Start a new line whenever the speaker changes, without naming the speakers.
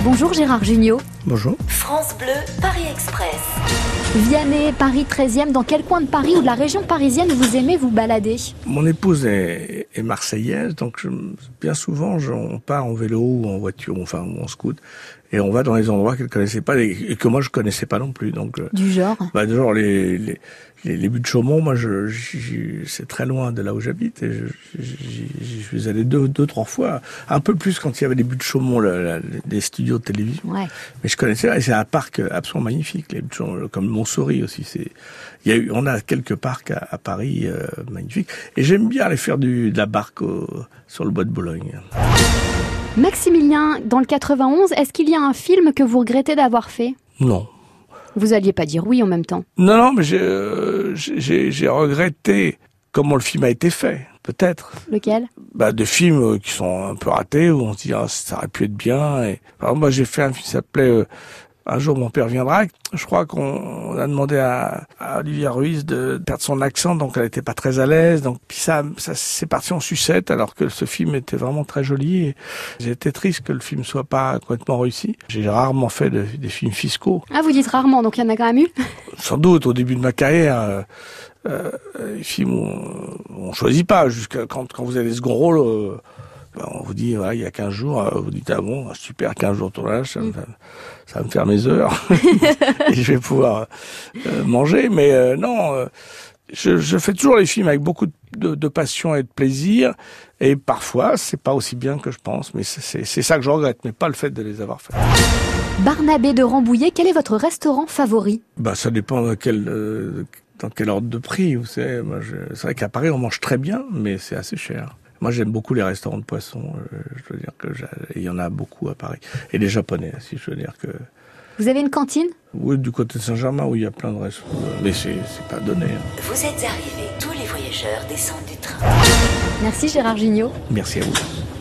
Bonjour Gérard Jugnot.
Bonjour.
France Bleu, Paris Express.
Vianney, Paris 13e, dans quel coin de Paris ou de la région parisienne vous aimez vous balader?
Mon épouse est marseillaise, donc bien souvent on part en vélo ou en voiture, ou en scoot, et on va dans les endroits qu'elle connaissait pas et que moi je connaissais pas non plus. Donc
du genre
genre les buttes de Chaumont, moi c'est très loin de là où j'habite et je suis allé deux, trois fois, un peu plus quand il y avait les buttes de Chaumont, les studios de télévision.
Ouais.
Mais je connaissais, et c'est un parc absolument magnifique, les buttes de Chaumont, comme Montsouris aussi. On a quelques parcs à Paris magnifiques, et j'aime bien aller faire de la barque sur le bois de Boulogne.
Maximilien, dans le 91, est-ce qu'il y a un film que vous regrettez d'avoir fait?
Non.
Vous alliez pas dire oui en même temps.
Non, mais j'ai regretté comment le film a été fait, peut-être.
Lequel?
Des films qui sont un peu ratés, où on se dit ça aurait pu être bien. Alors moi j'ai fait un film qui s'appelait Un jour mon père viendra. Je crois qu'on a demandé à Olivia Ruiz de perdre son accent, donc elle était pas très à l'aise. Donc puis ça c'est parti en sucette, alors que ce film était vraiment très joli. Et j'ai été triste que le film soit pas complètement réussi. J'ai rarement fait des films fiscaux.
Ah, vous dites rarement, donc il y en a quand même eu?
Sans doute au début de ma carrière. Les films où on choisit pas, jusqu'à quand vous avez des seconds rôles. On vous dit, voilà, il y a 15 jours, vous dites, ah bon, super, 15 jours de tournage, ça va me faire mes heures, et je vais pouvoir manger, mais non, je fais toujours les films avec beaucoup de passion et de plaisir, et parfois, c'est pas aussi bien que je pense, mais c'est ça que je regrette, mais pas le fait de les avoir faits.
Barnabé de Rambouillet, quel est votre restaurant favori? Ça dépend
dans quel ordre de prix, vous savez. C'est vrai qu'à Paris, on mange très bien, mais c'est assez cher. Moi, j'aime beaucoup les restaurants de poissons. Je veux dire que il y en a beaucoup à Paris. Et les Japonais, si je veux dire que...
Vous avez une cantine?
Oui, du côté de Saint-Germain, où il y a plein de restaurants. Mais c'est pas donné.
Vous êtes arrivés, tous les voyageurs descendent du train.
Merci Gérard Jugnot.
Merci à vous.